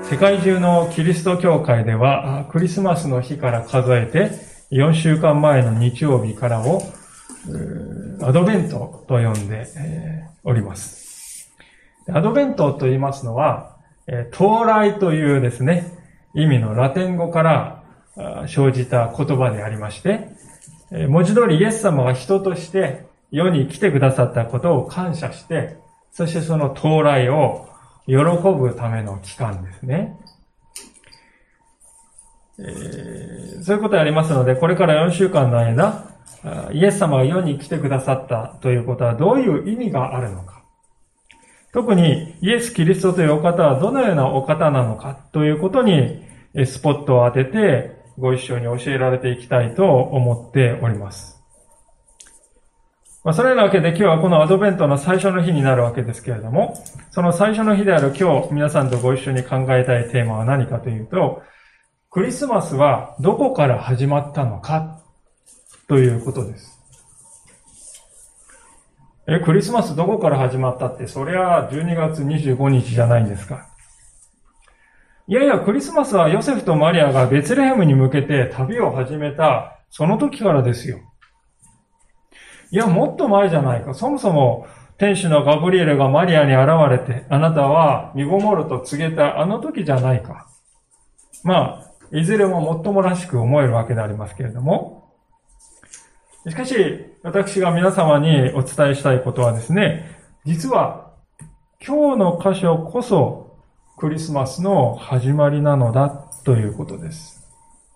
世界中のキリスト教会では、クリスマスの日から数えて4週間前の日曜日からをアドベントと呼んでおります。アドベントと言いますのは、到来というですね、意味のラテン語から生じた言葉でありまして、文字通りイエス様が人として世に来てくださったことを感謝して、そしてその到来を喜ぶための期間ですね。そういうことがありますので、これから4週間の間、イエス様が世に来てくださったということはどういう意味があるのか。特にイエス・キリストというお方はどのようなお方なのかということにスポットを当ててご一緒に教えられていきたいと思っております。そのようなわけで今日はこのアドベントの最初の日になるわけですけれども、その最初の日である今日皆さんとご一緒に考えたいテーマは何かというと、クリスマスはどこから始まったのかということです。クリスマスどこから始まったって、それは12月25日じゃないんですか。いやいや、クリスマスはヨセフとマリアがベツレヘムに向けて旅を始めた、その時からですよ。いや、もっと前じゃないか。そもそも、天使のガブリエルがマリアに現れて、あなたは身ごもると告げたあの時じゃないか。いずれももっともらしく思えるわけでありますけれども。しかし、私が皆様にお伝えしたいことはですね、実は、今日の箇所こそ、クリスマスの始まりなのだということです。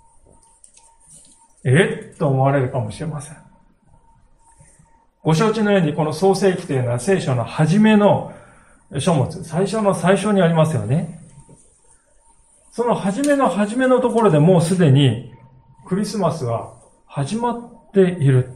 と思われるかもしれません。ご承知のように、この創世記というのは聖書の初めの書物、最初の最初にありますよね。その初めのところでもうすでにクリスマスは始まっている。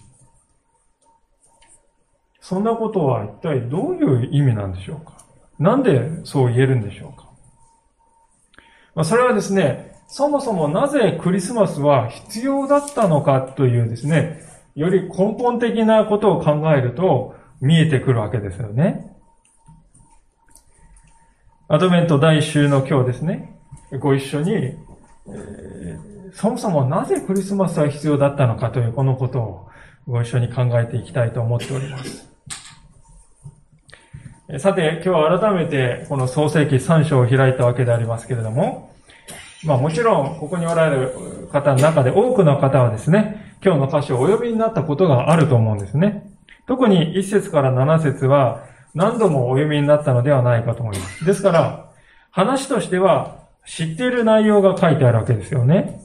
そんなことは一体どういう意味なんでしょうか。なんでそう言えるんでしょうか。それはですね、そもそもなぜクリスマスは必要だったのかというですね、より根本的なことを考えると見えてくるわけですよね。アドベント第1週の今日ですね、ご一緒に、そもそもなぜクリスマスは必要だったのかというこのことをご一緒に考えていきたいと思っております。さて、今日は改めてこの創世記3章を開いたわけでありますけれども、もちろんここにおられる方の中で多くの方はですね、今日の箇所をお読みになったことがあると思うんですね。特に1節から7節は何度もお読みになったのではないかと思います。ですから、話としては知っている内容が書いてあるわけですよね。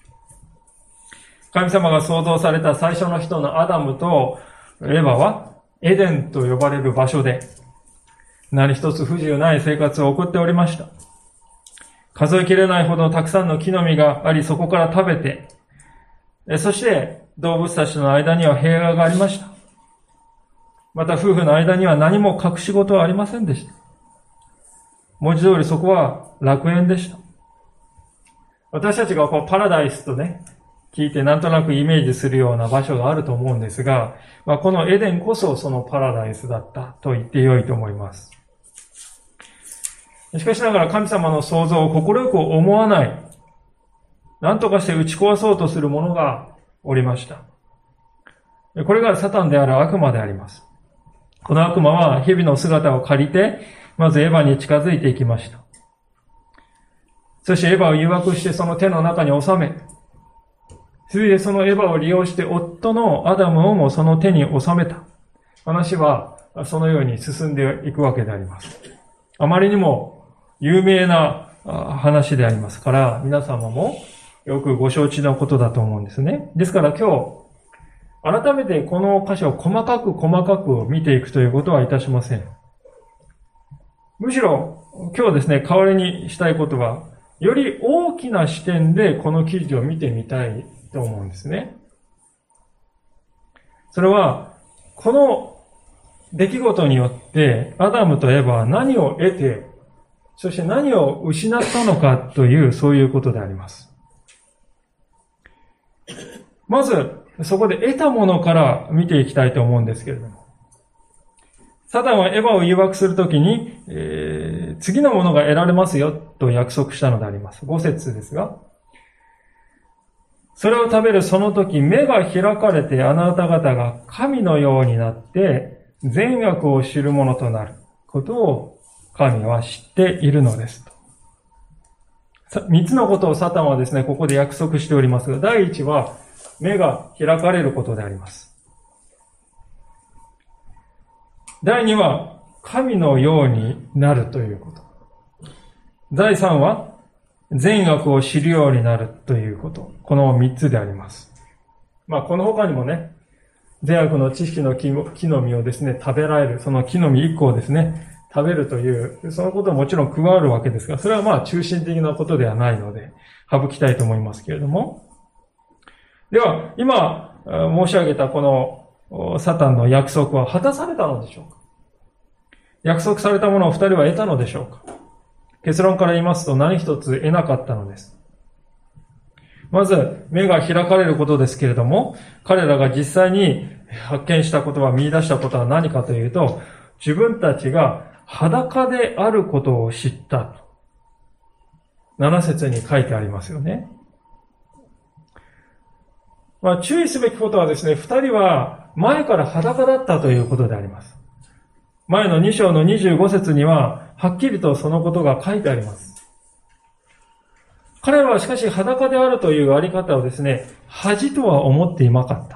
神様が創造された最初の人のアダムとエヴァはエデンと呼ばれる場所で何一つ不自由ない生活を送っておりました。数えきれないほどたくさんの木の実があり、そこから食べて、そして動物たちの間には平和がありました。また夫婦の間には何も隠し事はありませんでした。文字通りそこは楽園でした。私たちがパラダイスとね、聞いてなんとなくイメージするような場所があると思うんですが、このエデンこそそのパラダイスだったと言ってよいと思います。しかしながら神様の創造を心よく思わない、何とかして打ち壊そうとする者がおりました。これがサタンである悪魔であります。この悪魔は蛇の姿を借りて、まずエヴァに近づいていきました。そしてエヴァを誘惑してその手の中に収め、それでそのエヴァを利用して夫のアダムをもその手に収めた。話はそのように進んでいくわけであります。あまりにも有名な話でありますから、皆様もよくご承知のことだと思うんですね。ですから今日、改めてこの箇所を細かく見ていくということはいたしません。むしろ今日ですね、代わりにしたいことは、より大きな視点でこの記事を見てみたいと思うんですね。それは、この出来事によって、アダムとエヴァは何を得て、そして何を失ったのかという、そういうことであります。まず、そこで得たものから見ていきたいと思うんですけれども。サタンはエヴァを誘惑するときに、 次のものが得られますよと約束したのであります。5節ですが、それを食べるその時、目が開かれてあなた方が神のようになって、善悪を知るものとなることを神は知っているのです。3つのことをサタンはですね、ここで約束しておりますが、第一は、目が開かれることであります。第二は、神のようになるということ。第三は、善悪を知るようになるということ。この3つであります。この他にもね、善悪の知識の木の実をですね、食べられる、その木の実1個をですね、食べるという、そのことはもちろん加わるわけですが、それは中心的なことではないので、省きたいと思いますけれども。では、今、申し上げたこの、サタンの約束は果たされたのでしょうか？約束されたものを2人は得たのでしょうか？結論から言いますと何一つ得なかったのです。まず、目が開かれることですけれども、彼らが実際に発見したことは、見出したことは何かというと、自分たちが裸であることを知ったと。7節に書いてありますよね。注意すべきことはですね、2人は前から裸だったということであります。前の2章の25節には、はっきりとそのことが書いてあります。彼らはしかし裸であるというあり方をですね、恥とは思っていなかった。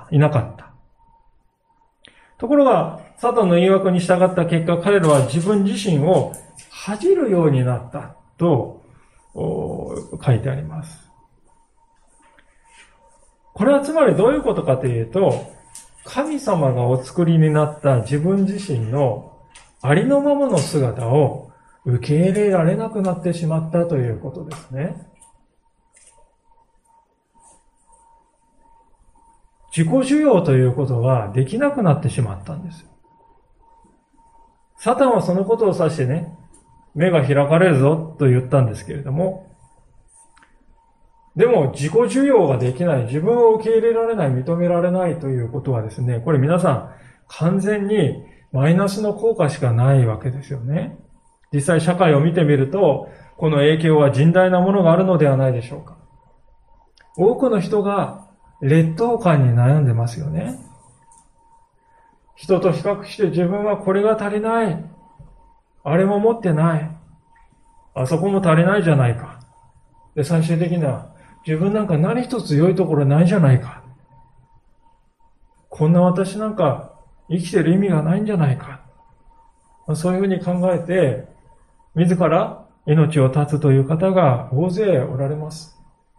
ところが、サタンの誘惑に従った結果、彼らは自分自身を恥じるようになったと書いてあります。これはつまりどういうことかというと、神様がお作りになった自分自身のありのままの姿を受け入れられなくなってしまったということですね。自己受容ということができなくなってしまったんです。サタンはそのことを指してね、目が開かれるぞと言ったんですけれども、でも自己受容ができない、自分を受け入れられない、認められないということはですね、これ皆さん完全にマイナスの効果しかないわけですよね。実際社会を見てみると、この影響は甚大なものがあるのではないでしょうか。多くの人が劣等感に悩んでますよね。人と比較して自分はこれが足りない。あれも持ってない。あそこも足りないじゃないか。で、最終的には自分なんか何一つ良いところないじゃないか。こんな私なんか生きてる意味がないんじゃないか。そういうふうに考えて、自ら命を絶つという方が大勢おられます。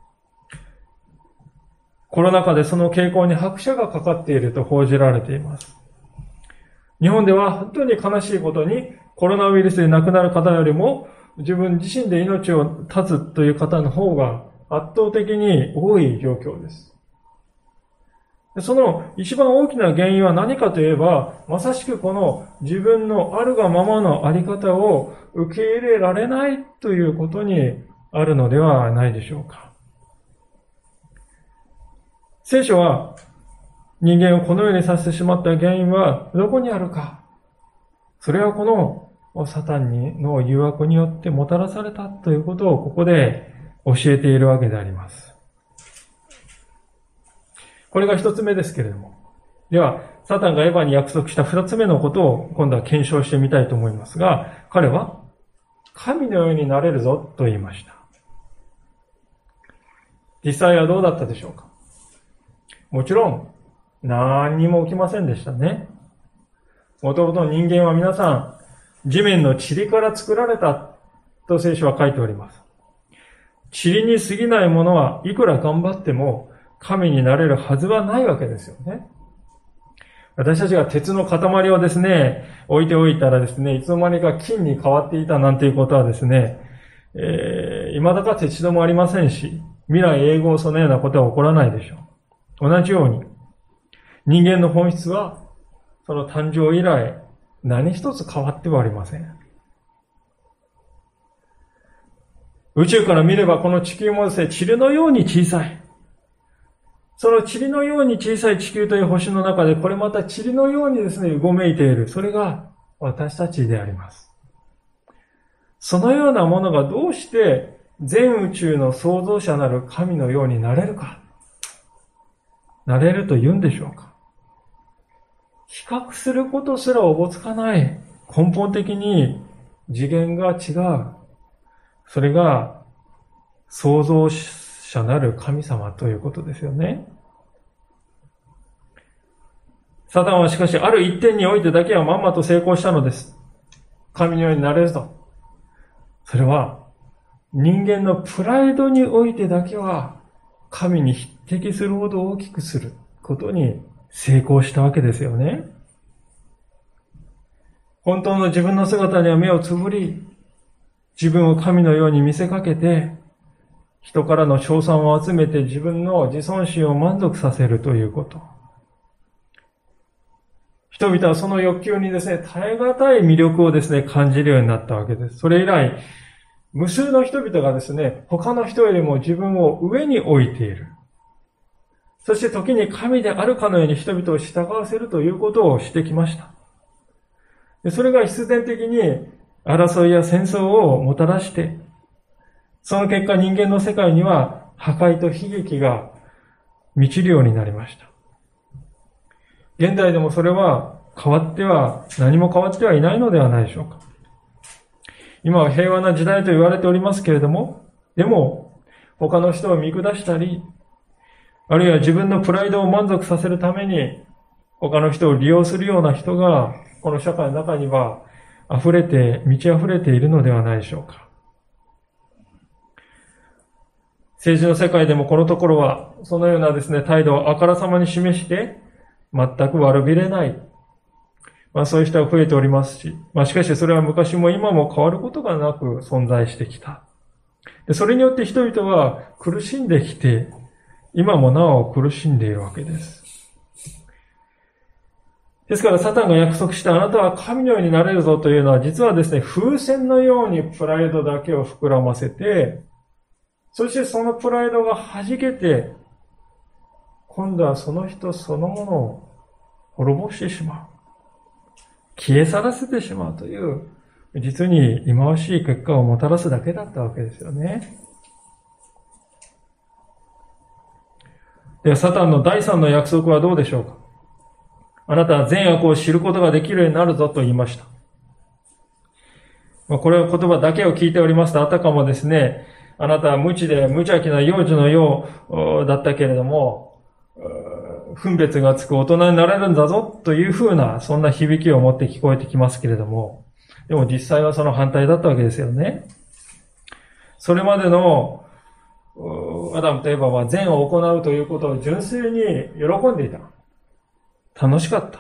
コロナ禍でその傾向に拍車がかかっていると報じられています。日本では本当に悲しいことにコロナウイルスで亡くなる方よりも自分自身で命を絶つという方の方が圧倒的に多い状況です。その一番大きな原因は何かといえば、まさしくこの自分のあるがままのあり方を受け入れられないということにあるのではないでしょうか。聖書は人間をこのようにさせてしまった原因はどこにあるか。それはこのサタンの誘惑によってもたらされたということをここで教えているわけであります。これが一つ目ですけれども。では、サタンがエヴァに約束した二つ目のことを今度は検証してみたいと思いますが、彼は神のようになれるぞと言いました。実際はどうだったでしょうか。もちろん、何にも起きませんでしたね。もともと人間は皆さん、地面の塵から作られたと聖書は書いております。塵に過ぎないものはいくら頑張っても神になれるはずはないわけですよね。私たちが鉄の塊をですね、置いておいたらですね、いつの間にか金に変わっていたなんていうことはですね、未だかつ一度もありませんし、未来永劫そのようなことは起こらないでしょう。同じように、人間の本質は、その誕生以来、何一つ変わってはありません。宇宙から見ればこの地球もですね、塵のように小さい。その塵のように小さい地球という星の中で、これまた塵のようにですね、うごめいている。それが私たちであります。 そのようなものがどうして全宇宙の創造者なる神のようになれるか。なれると言うんでしょうか。比較することすらおぼつかない。根本的に次元が違う。それが創造者なる神様ということですよね。サタンはしかしある一点においてだけはまんまと成功したのです。神のようになれると。それは人間のプライドにおいてだけは神に匹敵するほど大きくすることに成功したわけですよね。本当の自分の姿には目をつぶり、自分を神のように見せかけて、人からの称賛を集めて自分の自尊心を満足させるということ。人々はその欲求にですね、耐え難い魅力をですね、感じるようになったわけです。それ以来、無数の人々がですね、他の人よりも自分を上に置いている。そして時に神であるかのように人々を従わせるということをしてきました。それが必然的に争いや戦争をもたらして、その結果人間の世界には破壊と悲劇が満ちるようになりました。現代でもそれは何も変わってはいないのではないでしょうか。今は平和な時代と言われておりますけれども、でも他の人を見下したり、あるいは自分のプライドを満足させるために他の人を利用するような人がこの社会の中には満ち溢れているのではないでしょうか。政治の世界でもこのところはそのようなですね、態度をあからさまに示して全く悪びれない。そういう人は増えておりますし、しかしそれは昔も今も変わることがなく存在してきた。それによって人々は苦しんできて、今もなお苦しんでいるわけです。ですからサタンが約束したあなたは神のようになれるぞというのは実はですね、風船のようにプライドだけを膨らませて、そしてそのプライドが弾けて、今度はその人そのものを滅ぼしてしまう。消え去らせてしまうという、実に忌まわしい結果をもたらすだけだったわけですよね。では、サタンの第三の約束はどうでしょうか。あなたは善悪を知ることができるようになるぞと言いました。これは言葉だけを聞いておりますと、あたかもですね、あなたは無知で無邪気な幼児のようだったけれども、分別がつく大人になれるんだぞというふうな、そんな響きを持って聞こえてきますけれども、でも実際はその反対だったわけですよね。それまでのアダムとエバは善を行うということを純粋に喜んでいた。楽しかった。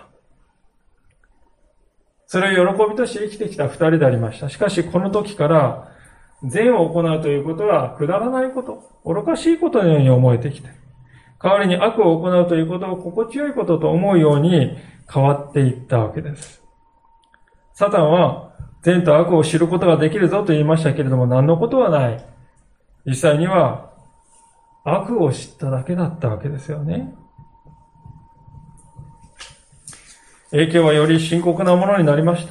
それを喜びとして生きてきた二人でありました。しかしこの時から善を行うということはくだらないこと、愚かしいことのように思えてきて、代わりに悪を行うということを心地よいことと思うように変わっていったわけです。サタンは善と悪を知ることができるぞと言いましたけれども、何のことはない。実際には悪を知っただけだったわけですよね。影響はより深刻なものになりました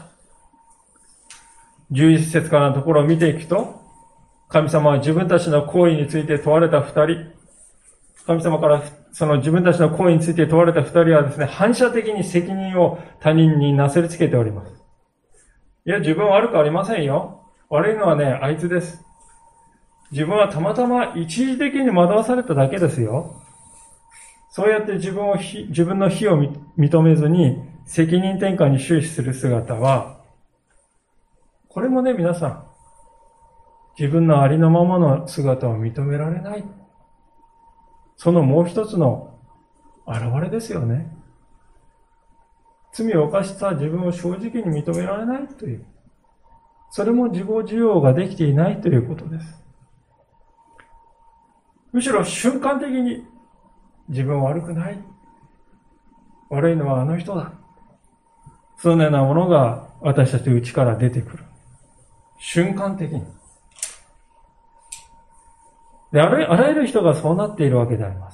。11節からのところを見ていくと、神様は自分たちの行為について問われた二人、神様からその自分たちの行為について問われた二人はですね、反射的に責任を他人になすりつけております。いや、自分は悪くありませんよ。悪いのはね、あいつです。自分はたまたま一時的に惑わされただけですよ。そうやって自分の非を認めずに責任転嫁に終始する姿は、これもね、皆さん、自分のありのままの姿を認められない。そのもう一つの現れですよね。罪を犯した自分を正直に認められないという。それも自業自用ができていないということです。むしろ瞬間的に自分は悪くない。悪いのはあの人だ。そのようなものが私たちの内から出てくる。瞬間的に。で、あらゆる人がそうなっているわけであります。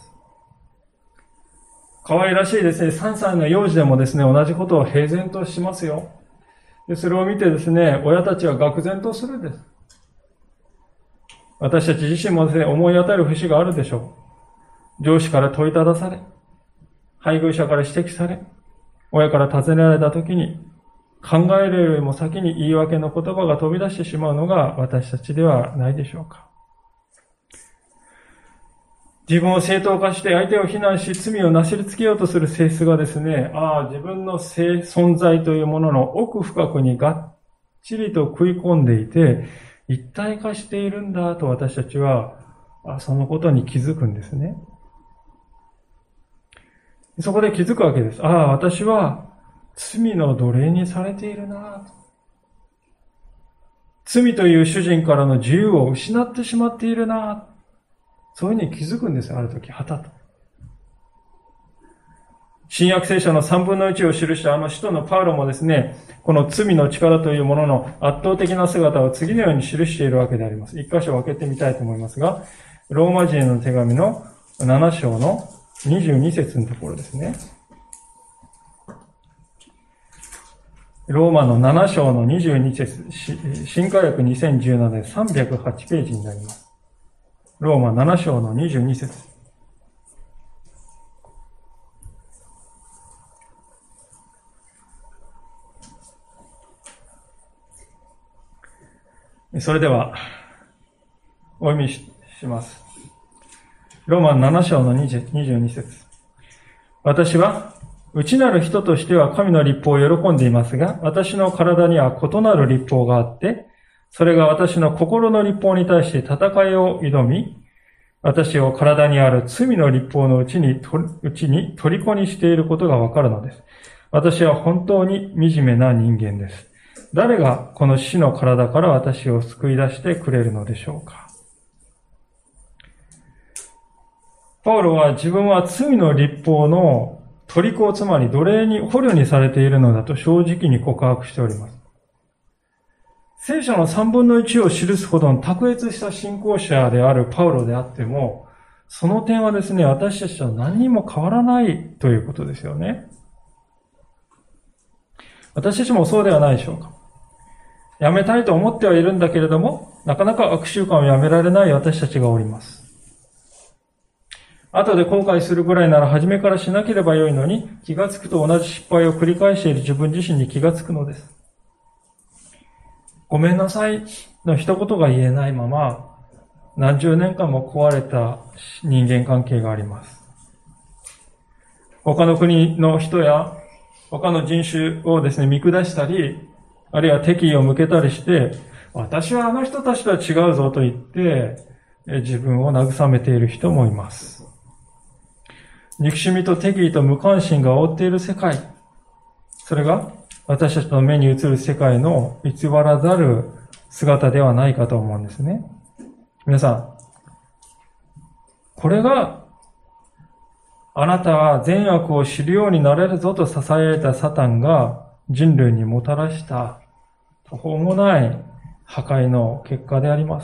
可愛らしいですね、3歳の幼児でもですね、同じことを平然としますよ。 で、それを見てですね、親たちは愕然とするんです。私たち自身もですね、思い当たる節があるでしょう。上司から問いただされ、配偶者から指摘され、親から尋ねられたときに、考えるよりも先に言い訳の言葉が飛び出してしまうのが私たちではないでしょうか。自分を正当化して相手を非難し罪をなすりつけようとする性質がですね、自分の存在というものの奥深くにがっちりと食い込んでいて、一体化しているんだと私たちはそのことに気づくんですね。そこで気づくわけです。私は罪の奴隷にされているなと。罪という主人からの自由を失ってしまっているな。そういうふうに気づくんですよ、ある時、はたと。新約聖書の3分の1を記した使徒のパウロもですね、この罪の力というものの圧倒的な姿を次のように記しているわけであります。一箇所分けてみたいと思いますが、ローマ人への手紙の7章の22節のところですね。ローマの7章の22節、新化訳2017で308ページになります。ローマ7章の22節。それでは、お読みします。ローマ7章の22節。私は、内なる人としては神の律法を喜んでいますが、私の体には異なる律法があって、それが私の心の律法に対して戦いを挑み、私を体にある罪の律法のうちに虜にしていることがわかるのです。私は本当に惨めな人間です。誰がこの死の体から私を救い出してくれるのでしょうか。パウロは自分は罪の律法の虜、つまり奴隷に捕虜にされているのだと正直に告白しております。聖書の3分の1を記すほどの卓越した信仰者であるパウロであっても、その点はですね、私たちと何にも変わらないということですよね。私たちもそうではないでしょうか。やめたいと思ってはいるんだけれども、なかなか悪習慣をやめられない私たちがおります。後で後悔するぐらいなら初めからしなければよいのに、気がつくと同じ失敗を繰り返している自分自身に気がつくのです。ごめんなさいの一言が言えないまま、何十年間も壊れた人間関係があります。他の国の人や他の人種をですね、見下したり、あるいは敵意を向けたりして、私はあの人たちとは違うぞと言って、自分を慰めている人もいます。憎しみと敵意と無関心が覆っている世界、それが私たちの目に映る世界の偽らざる姿ではないかと思うんですね。皆さん、これがあなたは善悪を知るようになれるぞと支えられたサタンが人類にもたらした途方もない破壊の結果であります。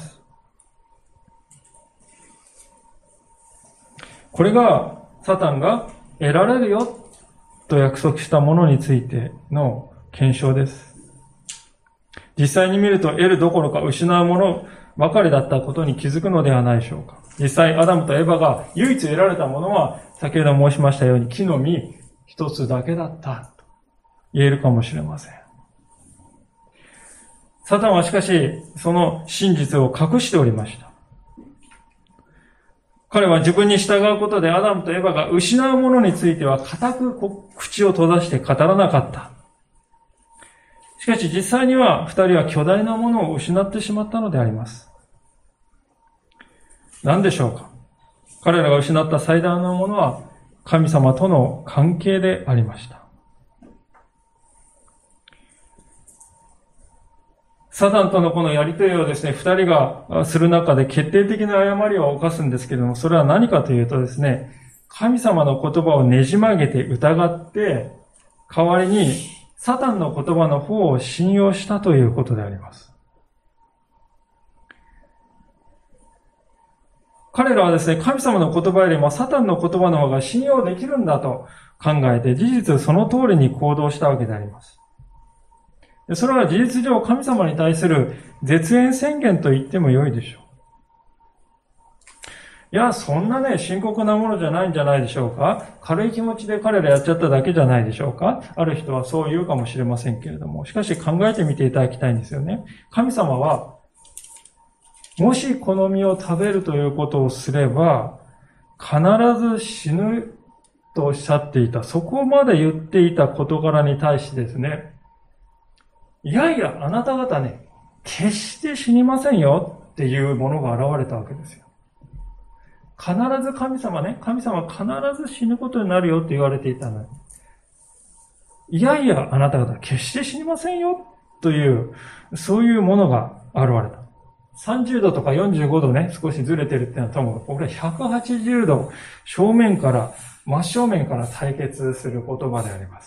これがサタンが得られるよと約束したものについての検証です。実際に見ると得るどころか失うものばかりだったことに気づくのではないでしょうか。実際アダムとエバが唯一得られたものは先ほど申しましたように木の実一つだけだったと言えるかもしれません。サタンはしかしその真実を隠しておりました。彼は自分に従うことでアダムとエバが失うものについては固く口を閉ざして語らなかった。しかし実際には二人は巨大なものを失ってしまったのであります。何でしょうか。彼らが失った最大のものは神様との関係でありました。サタンとのこのやりとりをですね、二人がする中で決定的な誤りを犯すんですけれども、それは何かというとですね、神様の言葉をねじ曲げて疑って、代わりにサタンの言葉の方を信用したということであります。彼らはですね、神様の言葉よりもサタンの言葉の方が信用できるんだと考えて、事実その通りに行動したわけであります。 それは事実上神様に対する絶縁宣言と言っても良いでしょう。いや、そんなね、深刻なものじゃないんじゃないでしょうか。軽い気持ちで彼らやっちゃっただけじゃないでしょうか。ある人はそう言うかもしれませんけれども、しかし考えてみていただきたいんですよね。神様は、もしこの実を食べるということをすれば、必ず死ぬとおっしゃっていた、そこまで言っていた事柄に対してですね、いやいや、あなた方ね、決して死にませんよっていうものが現れたわけですよ。必ず神様は必ず死ぬことになるよって言われていたのに。いやいや、あなた方決して死にませんよという、そういうものが現れた。30度とか45度ね、少しずれてるっていうのは多分、これ180度真正面から対決する言葉であります。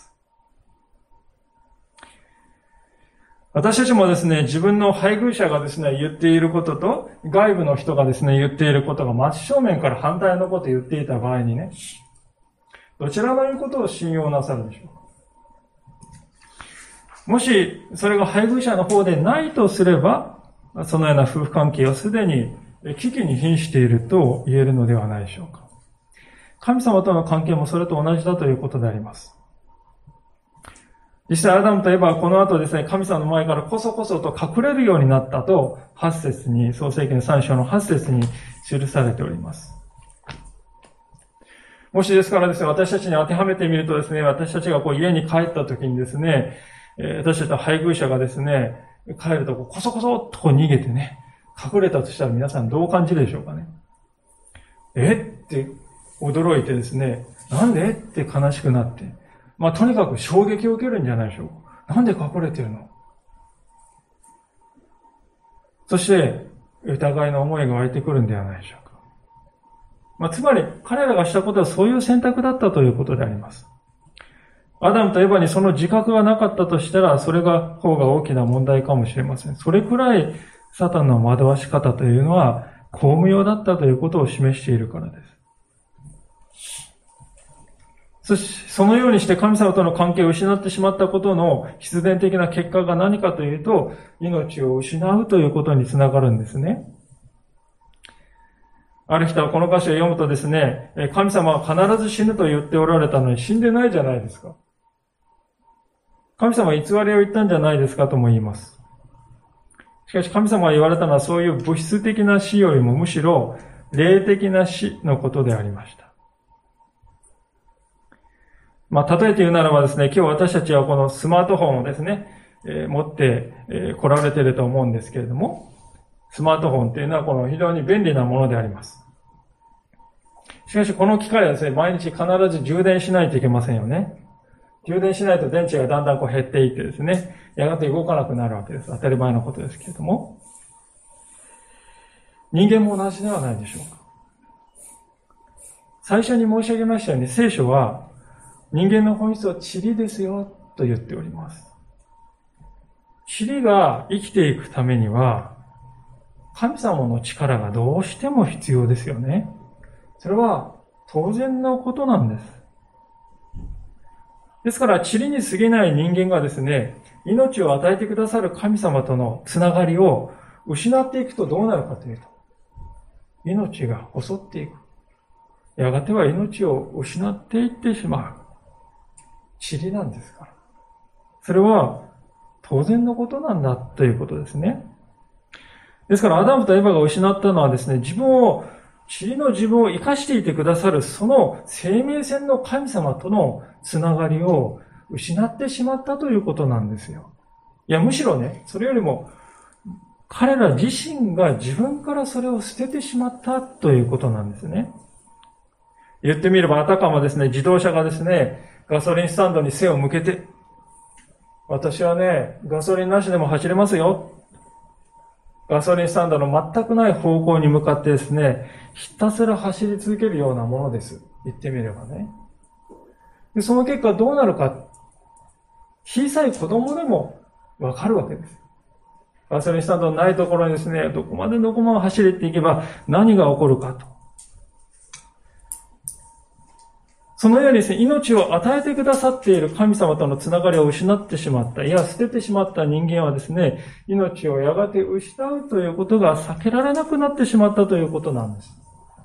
私たちもですね、自分の配偶者がですね、言っていることと、外部の人がですね、言っていることが真正面から反対のことを言っていた場合にね、どちらの言うことを信用なさるでしょうか。もし、それが配偶者の方でないとすれば、そのような夫婦関係はすでに危機に瀕していると言えるのではないでしょうか。神様との関係もそれと同じだということであります。実際アダムとエバはこの後ですね、神様の前からこそこそと隠れるようになったと、創世記の3章の8節に記されております。もしですからですね、私たちに当てはめてみるとですね、私たちが家に帰った時にですね、私たちの配偶者がですね、帰るとこそこそっと逃げてね、隠れたとしたら皆さんどう感じるでしょうかね。って驚いてですね、なんでって悲しくなって、とにかく衝撃を受けるんじゃないでしょうか。なんで隠れてるの？そして、疑いの思いが湧いてくるんではないでしょうか。つまり、彼らがしたことはそういう選択だったということであります。アダムとエバにその自覚がなかったとしたら、それが方が大きな問題かもしれません。それくらい、サタンの惑わし方というのは、巧妙だったということを示しているからです。そのようにして神様との関係を失ってしまったことの必然的な結果が何かというと、命を失うということにつながるんですね。ある人はこの箇所を読むとですね、神様は必ず死ぬと言っておられたのに死んでないじゃないですか。神様は偽りを言ったんじゃないですかとも言います。しかし神様が言われたのはそういう物質的な死よりもむしろ霊的な死のことでありました。例えて言うならばですね、今日私たちはこのスマートフォンをですね、持って来られていると思うんですけれども、スマートフォンっていうのはこの非常に便利なものであります。しかしこの機械はですね、毎日必ず充電しないといけませんよね。充電しないと電池がだんだん減っていってですね、やがて動かなくなるわけです。当たり前のことですけれども。人間も同じではないでしょうか。最初に申し上げましたように、聖書は人間の本質は塵ですよと言っております。塵が生きていくためには、神様の力がどうしても必要ですよね。それは当然のことなんです。ですから、塵に過ぎない人間がですね、命を与えてくださる神様とのつながりを失っていくとどうなるかというと、命が襲っていく。やがては命を失っていってしまう。塵なんですから。それは当然のことなんだということですね。ですから、アダムとエバが失ったのはですね、塵の自分を生かしていてくださるその生命線の神様とのつながりを失ってしまったということなんですよ。いや、むしろね、それよりも彼ら自身が自分からそれを捨ててしまったということなんですね。言ってみれば、あたかもですね、自動車がですね、ガソリンスタンドに背を向けて、私はね、ガソリンなしでも走れますよ。ガソリンスタンドの全くない方向に向かってですね、ひたすら走り続けるようなものです。言ってみればね。で、その結果どうなるか、小さい子供でもわかるわけです。ガソリンスタンドのないところにですね、どこまで走れていけば何が起こるかと。 そのようにですね、命を与えてくださっている神様とのつながりを失ってしまった、いや、捨ててしまった人間はですね、命をやがて失うということが避けられなくなってしまったということなんです。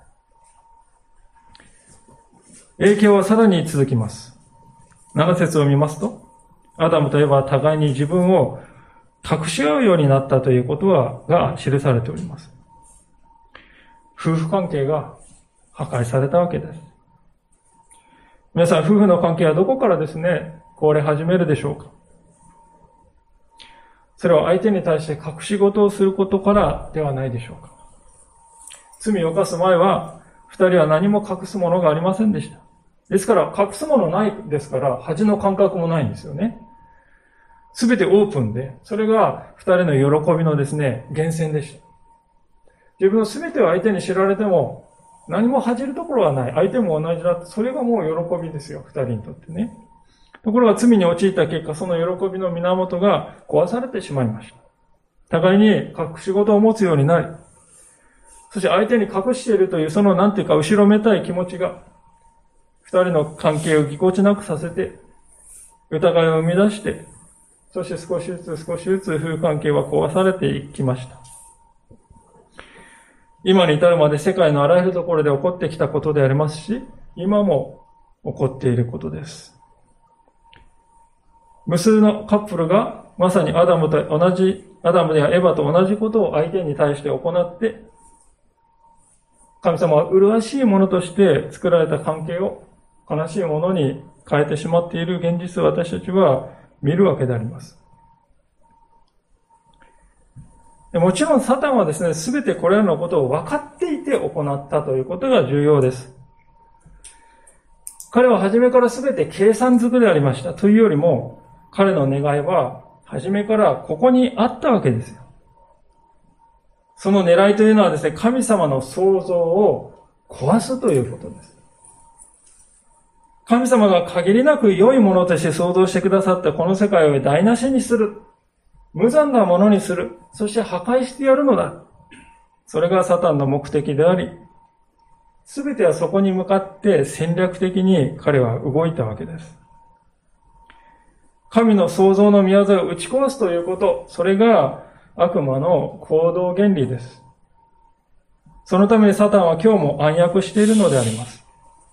影響はさらに続きます。7節を見ますと、アダムとエバは互いに自分を隠し合うようになったということが記されております。夫婦関係が破壊されたわけです。皆さん、夫婦の関係はどこからですね、壊れ始めるでしょうか。それは相手に対して隠し事をすることからではないでしょうか。罪を犯す前は、二人は何も隠すものがありませんでした。ですから、隠すものないですから、恥の感覚もないんですよね。すべてオープンで、それが二人の喜びのですね、源泉でした。自分のすべてを相手に知られても、何も恥じるところはない。相手も同じだ。それがもう喜びですよ。二人にとってね。ところが罪に陥った結果、その喜びの源が壊されてしまいました。互いに隠し事を持つようになり、そして相手に隠しているという、そのなんていうか後ろめたい気持ちが、二人の関係をぎこちなくさせて、疑いを生み出して、そして少しずつ夫婦関係は壊されていきました。今に至るまで世界のあらゆるところで起こってきたことでありますし、今も起こっていることです。無数のカップルがまさにアダムやエバと同じことを相手に対して行って、神様は麗しいものとして作られた関係を悲しいものに変えてしまっている現実を私たちは見るわけであります。もちろんサタンはですね、すべてこれらのことを分かっていて行ったということが重要です。彼は初めからすべて計算づくでありました。というよりも、彼の願いは初めからここにあったわけですよ。その狙いというのはですね、神様の創造を壊すということです。神様が限りなく良いものとして創造してくださったこの世界を台無しにする。無残なものにする。そして破壊してやるのだ。それがサタンの目的であり、すべてはそこに向かって戦略的に彼は動いたわけです。神の創造の宮沢を打ち壊すということ、それが悪魔の行動原理です。そのためにサタンは今日も暗躍しているのであります。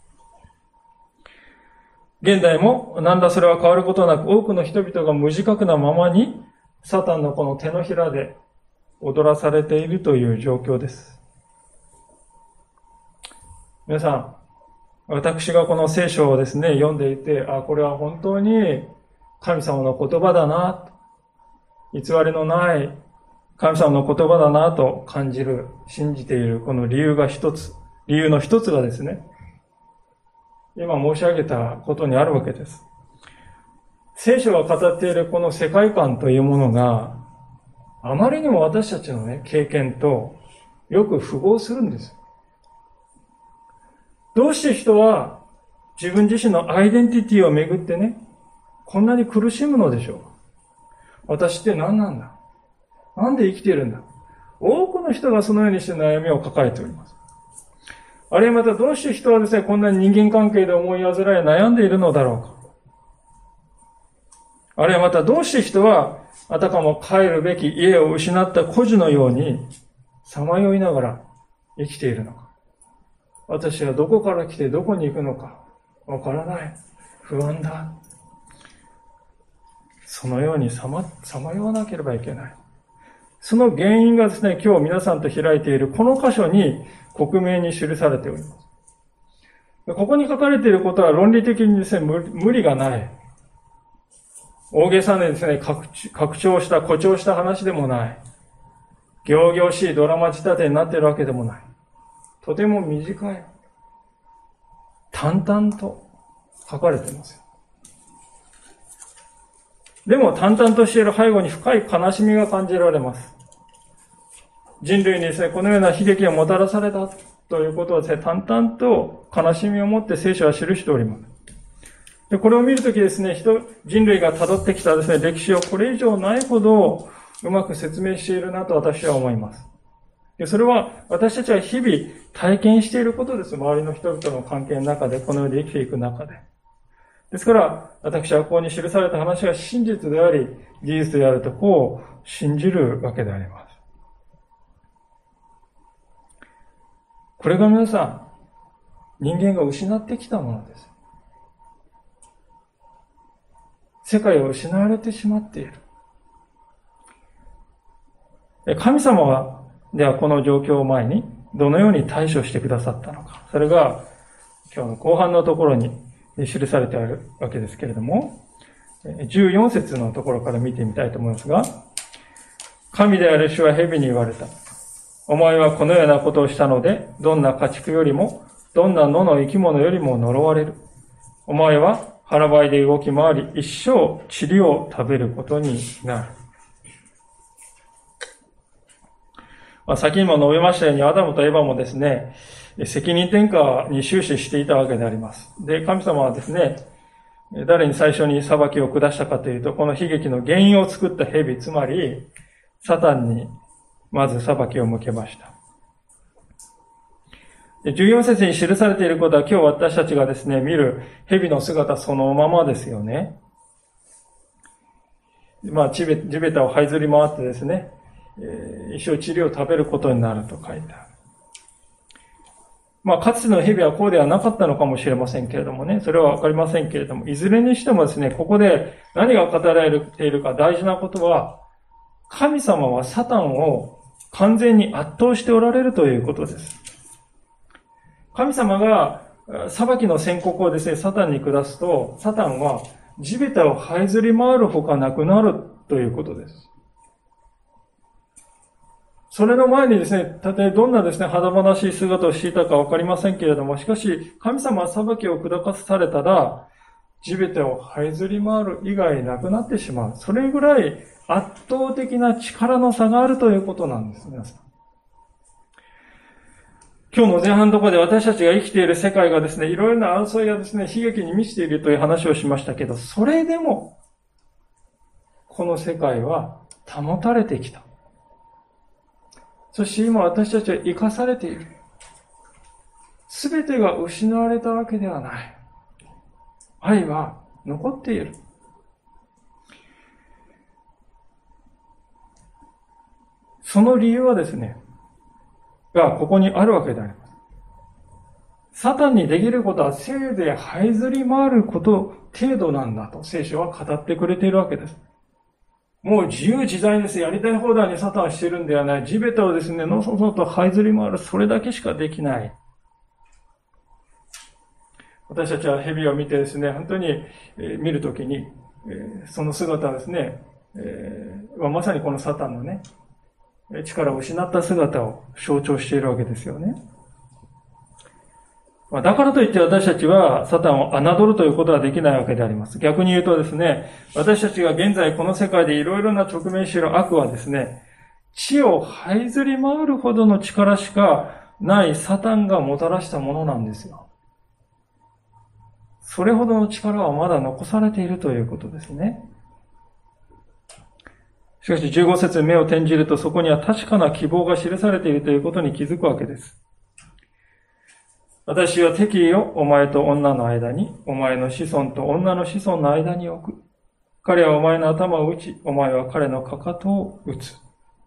現代も何らそれは変わることなく多くの人々が無自覚なままにサタンのこの手のひらで踊らされているという状況です。皆さん、私がこの聖書をですね、読んでいて、これは本当に神様の言葉だな、偽りのない神様の言葉だなと感じる、信じているこの理由の一つがですね、今申し上げたことにあるわけです。聖書が語っているこの世界観というものが、あまりにも私たちのね、経験とよく符合するんです。どうして人は自分自身のアイデンティティをめぐってね、こんなに苦しむのでしょう。私って何なんだ？なんで生きているんだ？多くの人がそのようにして悩みを抱えております。あるいはまたどうして人はですね、こんなに人間関係で思い煩い悩んでいるのだろうか。あるいはまたどうして人はあたかも帰るべき家を失った孤児のようにさまよいながら生きているのか。私はどこから来てどこに行くのかわからない。不安だ。そのようにさまよわなければいけない。その原因がですね、今日皆さんと開いているこの箇所に克明に記されております。ここに書かれていることは論理的にですね、無理がない。大げさでですね、誇張した話でもない。仰々しいドラマ仕立てになっているわけでもない。とても短い。淡々と書かれていますよ。でも淡々としている背後に深い悲しみが感じられます。人類にですね、このような悲劇がもたらされたということをですね、淡々と悲しみを持って聖書は記しております。で、これを見るときですね、人類が辿ってきたですね、歴史をこれ以上ないほどうまく説明しているなと私は思います。 それは私たちは日々体験していることです。周りの人々の関係の中で、この世で生きていく中で。ですから、私はここに記された話が真実であり、事実であるとこう信じるわけであります。これが皆さん、人間が失ってきたものです。世界を失われてしまっている。神様は、ではこの状況を前に、どのように対処してくださったのか。それが、今日の後半のところに記されてあるわけですけれども、14節のところから見てみたいと思いますが、神である主は蛇に言われた。お前はこのようなことをしたので、どんな家畜よりも、どんな野の生き物よりも呪われる。お前は腹ばいで動き回り、一生塵を食べることになる。先にも述べましたように、アダムとエバもですね、責任転嫁に終始していたわけであります。で、神様はですね、誰に最初に裁きを下したかというと、この悲劇の原因を作った蛇、つまり、サタンにまず裁きを向けました。14節に記されていることは、今日私たちがですね、見る蛇の姿そのままですよね。地べたを這いずり回ってですね、一生塵を食べることになると書いてある。かつての蛇はこうではなかったのかもしれませんけれどもね、それはわかりませんけれども、いずれにしてもですね、ここで何が語られているか大事なことは、神様はサタンを完全に圧倒しておられるということです。神様が裁きの宣告をですね、サタンに下すと、サタンは地べたを這いずり回るほかなくなるということです。それの前にですね、たとえどんなですね、華々しい姿をしていたかわかりませんけれども、しかし、神様は裁きを下されたら、地べたを這いずり回る以外なくなってしまう。それぐらい圧倒的な力の差があるということなんです、皆さん。今日の前半のところで私たちが生きている世界がですね、いろいろな争いやですね、悲劇に満ちているという話をしましたけど、それでも、この世界は保たれてきた。そして今私たちは生かされている。すべてが失われたわけではない。愛は残っている。その理由はですね、ここにあるわけであります。サタンにできることはせいぜい這いずり回ること程度なんだと聖書は語ってくれているわけです。もう自由自在です。やりたい放題にサタンはしているんではない。地べたをですね、のそのと這いずり回る。それだけしかできない。私たちは蛇を見てですね、本当に見るときに、その姿はですね、まさにこのサタンのね、力を失った姿を象徴しているわけですよね。だからといって私たちはサタンを侮るということはできないわけであります。逆に言うとですね、私たちが現在この世界でいろいろな直面している悪はですね、地を這いずり回るほどの力しかないサタンがもたらしたものなんですよ。それほどの力はまだ残されているということですね。しかし15節目を転じるとそこには確かな希望が記されているということに気づくわけです。私は敵意をお前と女の間に、お前の子孫と女の子孫の間に置く。彼はお前の頭を打ち、お前は彼のかかとを打つ。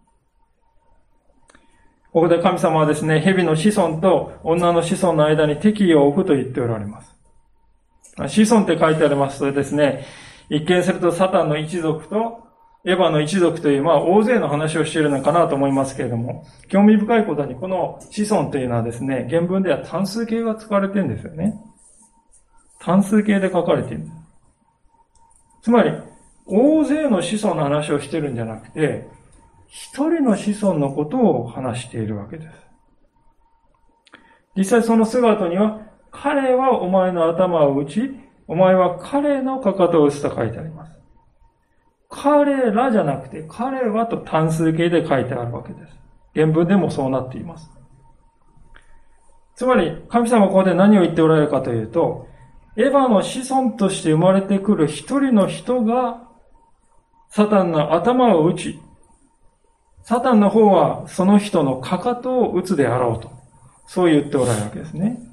ここで神様はですね、蛇の子孫と女の子孫の間に敵意を置くと言っておられます。子孫って書いてありますとですね、一見するとサタンの一族とエヴァの一族という大勢の話をしているのかなと思いますけれども、興味深いことにこの子孫というのはですね、原文では単数形が使われているんですよね。単数形で書かれている。つまり、大勢の子孫の話をしているんじゃなくて、一人の子孫のことを話しているわけです。実際その姿には、彼はお前の頭を打ち、お前は彼のかかとを打つと書いてあります。彼らじゃなくて、彼はと単数形で書いてあるわけです。原文でもそうなっています。つまり、神様はここで何を言っておられるかというと、エヴァの子孫として生まれてくる一人の人が、サタンの頭を打ち、 サタンの方はその人のかかとを打つであろうと、そう言っておられるわけですね。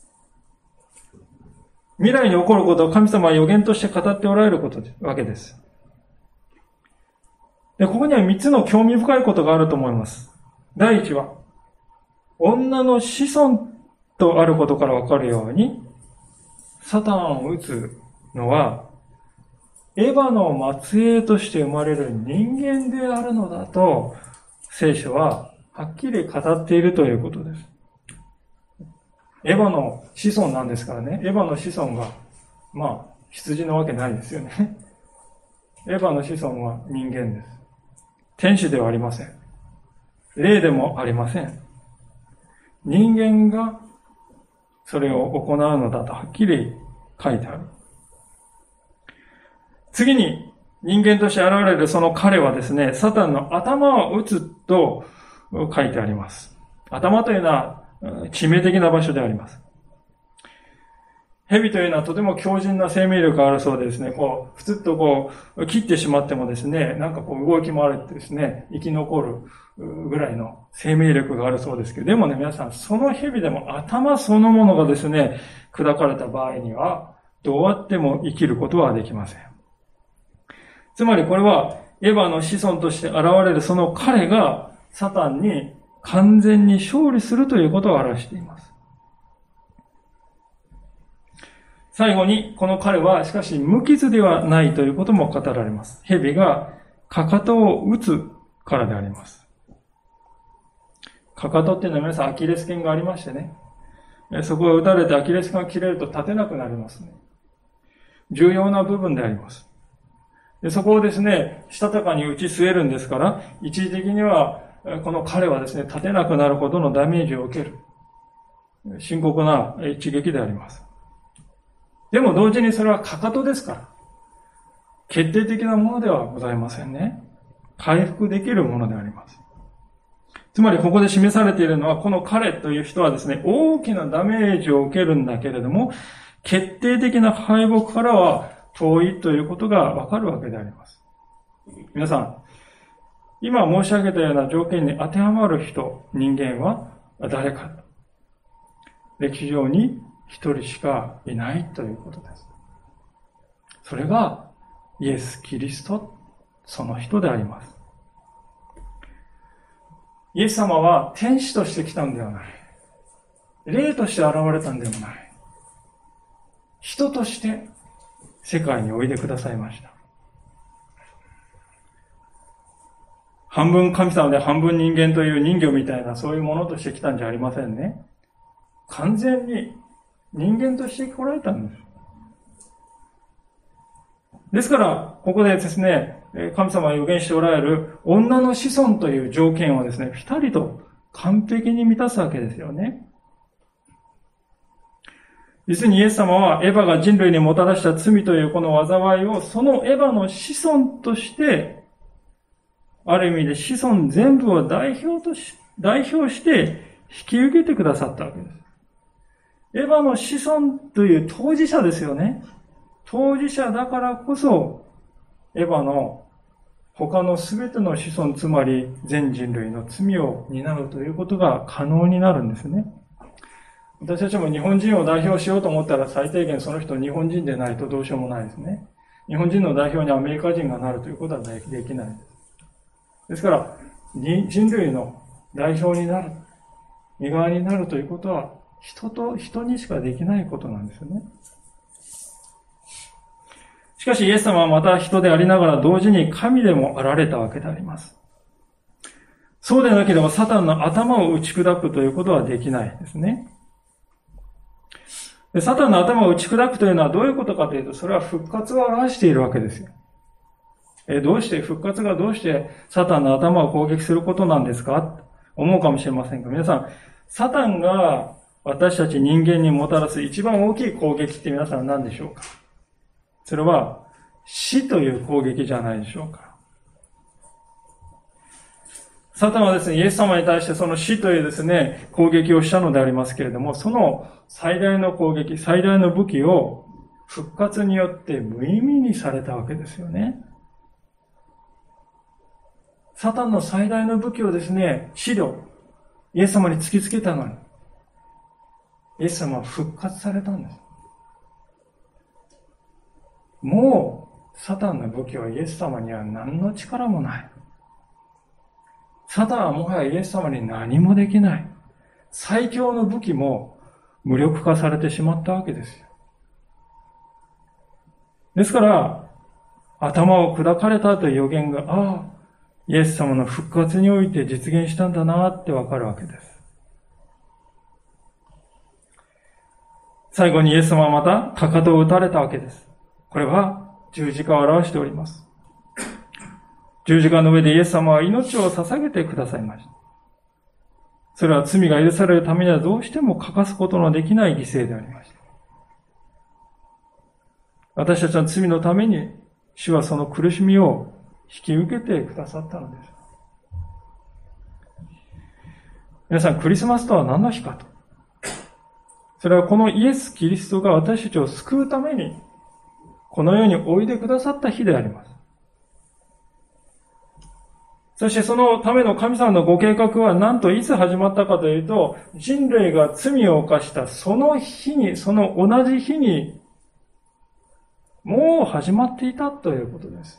未来に起こることを神様は予言として語っておられるわけです。で、ここには3つの興味深いことがあると思います。第一は、女の子孫とあることからわかるように、サタンを打つのは、エヴァの末裔として生まれる人間であるのだと、聖書ははっきり語っているということです。エヴァの子孫なんですからね。エヴァの子孫が、羊のわけないですよね。エヴァの子孫は人間です。天使ではありません。霊でもありません。人間がそれを行うのだとはっきり書いてある。次に人間として現れるその彼はですね、サタンの頭を打つと書いてあります。頭というのは致命的な場所であります。蛇というのはとても強靭な生命力があるそうでですね、ふつっと切ってしまってもですね、動き回れてですね、生き残るぐらいの生命力があるそうですけど、でもね、皆さん、その蛇でも頭そのものがですね、砕かれた場合には、どうやっても生きることはできません。つまりこれは、エヴァの子孫として現れるその彼が、サタンに完全に勝利するということを表しています。最後に、この彼は、しかし無傷ではないということも語られます。蛇が、かかとを打つからであります。かかとっていうのは皆さんアキレス腱がありましてね。そこを打たれてアキレス腱が切れると立てなくなりますね。重要な部分であります。でそこをですね、したたかに打ち据えるんですから、一時的には、この彼はですね、立てなくなるほどのダメージを受ける。深刻な一撃であります。でも同時にそれはかかとですから、決定的なものではございませんね。回復できるものであります。つまりここで示されているのは、この彼という人はですね、大きなダメージを受けるんだけれども、決定的な敗北からは遠いということがわかるわけであります。皆さん、今申し上げたような条件に当てはまる人、人間は誰か。歴史上に一人しかいないということです。それがイエス・キリスト、その人であります。イエス様は天使として来たんではない。霊として現れたんでもない。人として世界においでくださいました。半分神様で半分人間という人魚みたいなそういうものとして来たんじゃありませんね。完全に人間として来られたんです。ですから、ここでですね、神様が予言しておられる女の子孫という条件をですね、ぴたりと完璧に満たすわけですよね。実にイエス様はエヴァが人類にもたらした罪というこの災いをそのエヴァの子孫として、ある意味で子孫全部を代表して引き受けてくださったわけです。エヴァの子孫という当事者ですよね。当事者だからこそ、エヴァの他のすべての子孫、つまり全人類の罪を担うということが可能になるんですね。私たちも日本人を代表しようと思ったら最低限その人日本人でないとどうしようもないですね。日本人の代表にアメリカ人がなるということはできないです。ですから、人類の代表になる、身側になるということは人にしかできないことなんですよね。しかしイエス様はまた人でありながら同時に神でもあられたわけであります。そうでなければサタンの頭を打ち砕くということはできないですね。サタンの頭を打ち砕くというのはどういうことかというと、それは復活を表しているわけですよ。復活がどうしてサタンの頭を攻撃することなんですか思うかもしれませんが、皆さん、サタンが私たち人間にもたらす一番大きい攻撃って皆さん何でしょうか？それは死という攻撃じゃないでしょうか。サタンはですね、イエス様に対してその死というですね、攻撃をしたのでありますけれども、その最大の攻撃、最大の武器を復活によって無意味にされたわけですよね。 サタンの最大の武器をですね、試料、イエス様に突きつけたのに、イエス様は復活されたんです。もう、サタンの武器はイエス様には何の力もない。サタンはもはやイエス様に何もできない。最強の武器も無力化されてしまったわけですよ。ですから、頭を砕かれたという予言が、ああ、イエス様の復活において実現したんだなってわかるわけです。最後にイエス様はまた、かかとを打たれたわけです。これは十字架を表しております。十字架の上でイエス様は命を捧げてくださいました。それは罪が許されるためにはどうしても欠かすことのできない犠牲でありました。私たちの罪のために、主はその苦しみを引き受けてくださったのです。皆さん、クリスマスとは何の日かと。それはこのイエス・キリストが私たちを救うために、この世においでくださった日であります。そしてそのための神様のご計画は何といつ始まったかというと、人類が罪を犯したその日に、その同じ日に、もう始まっていたということです。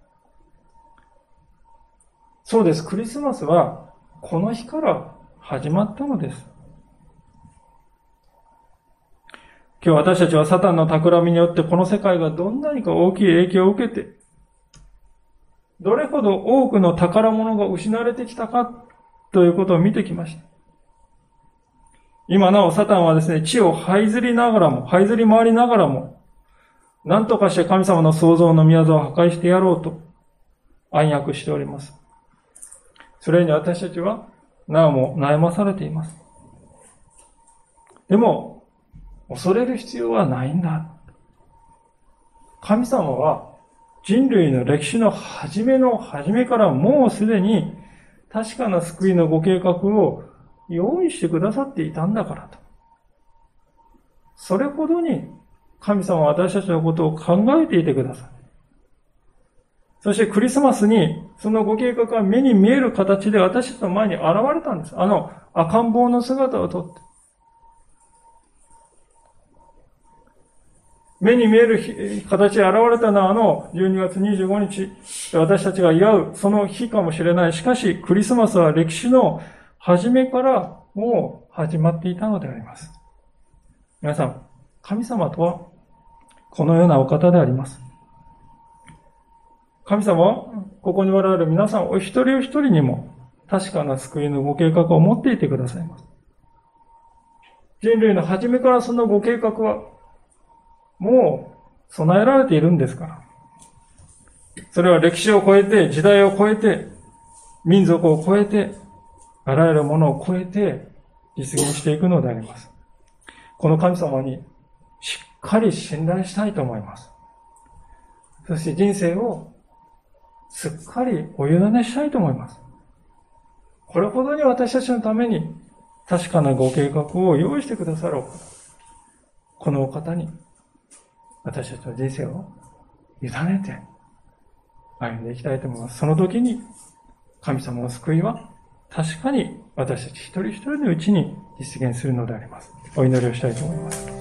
そうです。クリスマスはこの日から始まったのです。今日私たちはサタンの企みによってこの世界がどんなにか大きい影響を受けて、どれほど多くの宝物が失われてきたかということを見てきました。今なおサタンはですね、地を這いずり回りながらも、何とかして神様の創造の御業を破壊してやろうと暗躍しております。それに私たちはなおも悩まされています。でも、恐れる必要はないんだ。神様は人類の歴史の初めからもうすでに確かな救いのご計画を用意してくださっていたんだからと。それほどに神様は私たちのことを考えていてください。そしてクリスマスにそのご計画が目に見える形で私たちの前に現れたんです。赤ん坊の姿をとって。目に見える形で現れたのは12月25日、私たちが祝うその日かもしれない。しかし、クリスマスは歴史の初めからもう始まっていたのであります。皆さん、神様とはこのようなお方であります。神様は、ここにおられる皆さんお一人お一人にも確かな救いのご計画を持っていてくださいます。人類の初めからそのご計画はもう備えられているんですから。それは歴史を超えて、時代を超えて、民族を超えて、あらゆるものを超えて実現していくのであります。この神様にしっかり信頼したいと思います。そして人生をすっかりお委ねしたいと思います。これほどに私たちのために確かなご計画を用意してくださるお方。このお方に私たちの人生を委ねて歩んでいきたいと思います。その時に神様の救いは確かに私たち一人一人のうちに実現するのであります。お祈りをしたいと思います。